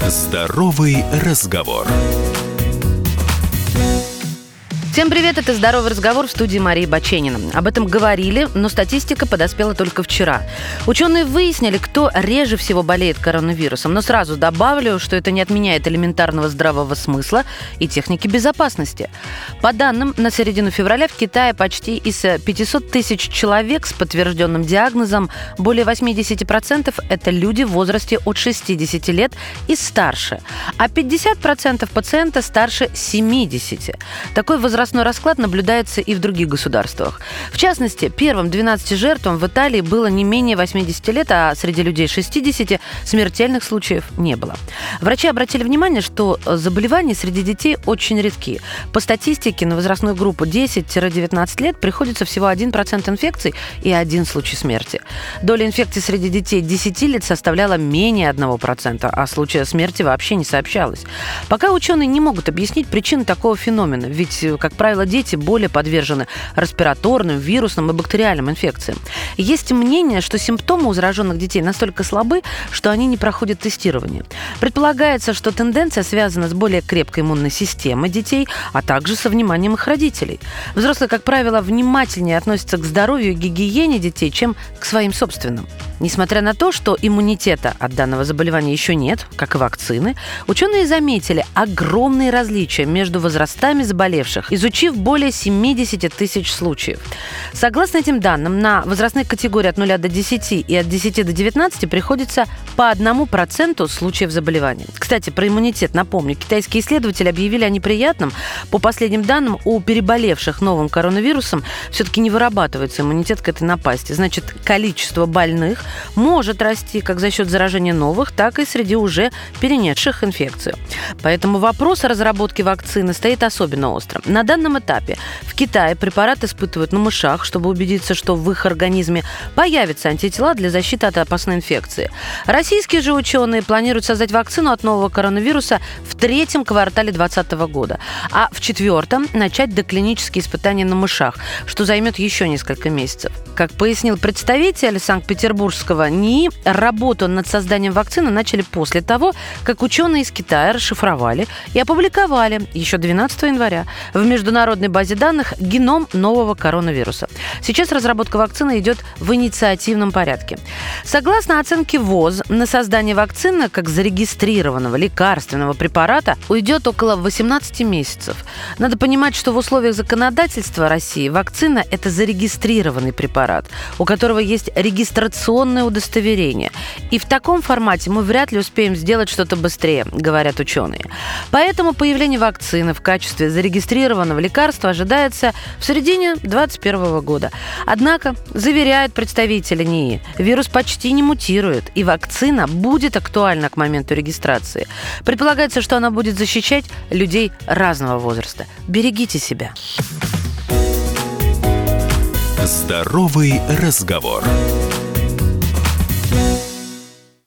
Здоровый разговор. Всем привет, это «Здоровый разговор» в студии Марии Баченина. Об этом говорили, но статистика подоспела только вчера. Ученые выяснили, кто реже всего болеет коронавирусом, но сразу добавлю, что это не отменяет элементарного здравого смысла и техники безопасности. По данным, на середину февраля в Китае почти из 500 тысяч человек с подтвержденным диагнозом более 80% это люди в возрасте от 60 лет и старше, а 50% пациента старше 70. Такой возрастной расклад наблюдается и в других государствах. В частности, первым 12 жертвам в Италии было не менее 80 лет, а среди людей 60 смертельных случаев не было. Врачи обратили внимание, что заболевания среди детей очень редки. По статистике, на возрастную группу 10-19 лет приходится всего 1% инфекций и 1 случай смерти. Доля инфекций среди детей 10 лет составляла менее 1%, а случая смерти вообще не сообщалось. Пока ученые не могут объяснить причины такого феномена, ведь, как правило, дети более подвержены респираторным, вирусным и бактериальным инфекциям. Есть мнение, что симптомы у зараженных детей настолько слабы, что они не проходят тестирование. Предполагается, что тенденция связана с более крепкой иммунной системой детей, а также со вниманием их родителей. Взрослые, как правило, внимательнее относятся к здоровью и гигиене детей, чем к своим собственным. Несмотря на то, что иммунитета от данного заболевания еще нет, как и вакцины, ученые заметили огромные различия между возрастами заболевших, изучив более 70 тысяч случаев. Согласно этим данным, на возрастные категории от 0 до 10 и от 10 до 19 приходится по 1% случаев заболевания. Кстати, про иммунитет напомню. Китайские исследователи объявили о неприятном. По последним данным, у переболевших новым коронавирусом все-таки не вырабатывается иммунитет к этой напасти. Значит, количество больных может расти как за счет заражения новых, так и среди уже перенесших инфекцию. Поэтому вопрос о разработке вакцины стоит особенно остро. На данном этапе в Китае препарат испытывают на мышах, чтобы убедиться, что в их организме появятся антитела для защиты от опасной инфекции. Российские же ученые планируют создать вакцину от нового коронавируса в 3-м квартале 2020 года, а в 4-м начать доклинические испытания на мышах, что займет еще несколько месяцев. Как пояснил представитель Санкт-Петербургского НИИ, работу над созданием вакцины начали после того, как ученые из Китая расшифровали и опубликовали еще 12 января в международной базе данных геном нового коронавируса. Сейчас разработка вакцины идет в инициативном порядке. Согласно оценке ВОЗ, на создание вакцины как зарегистрированного лекарственного препарата уйдет около 18 месяцев. Надо понимать, что в условиях законодательства России вакцина – это зарегистрированный препарат, у которого есть регистрационное удостоверение. И в таком формате мы вряд ли успеем сделать что-то быстрее, говорят ученые. Поэтому появление вакцины в качестве зарегистрированного лекарства ожидается в середине 2021 года. Однако, заверяют представители НИИ, вирус почти не мутирует, и вакцина будет актуальна к моменту регистрации. Предполагается, что она будет защищать людей разного возраста. Берегите себя. Здоровый разговор.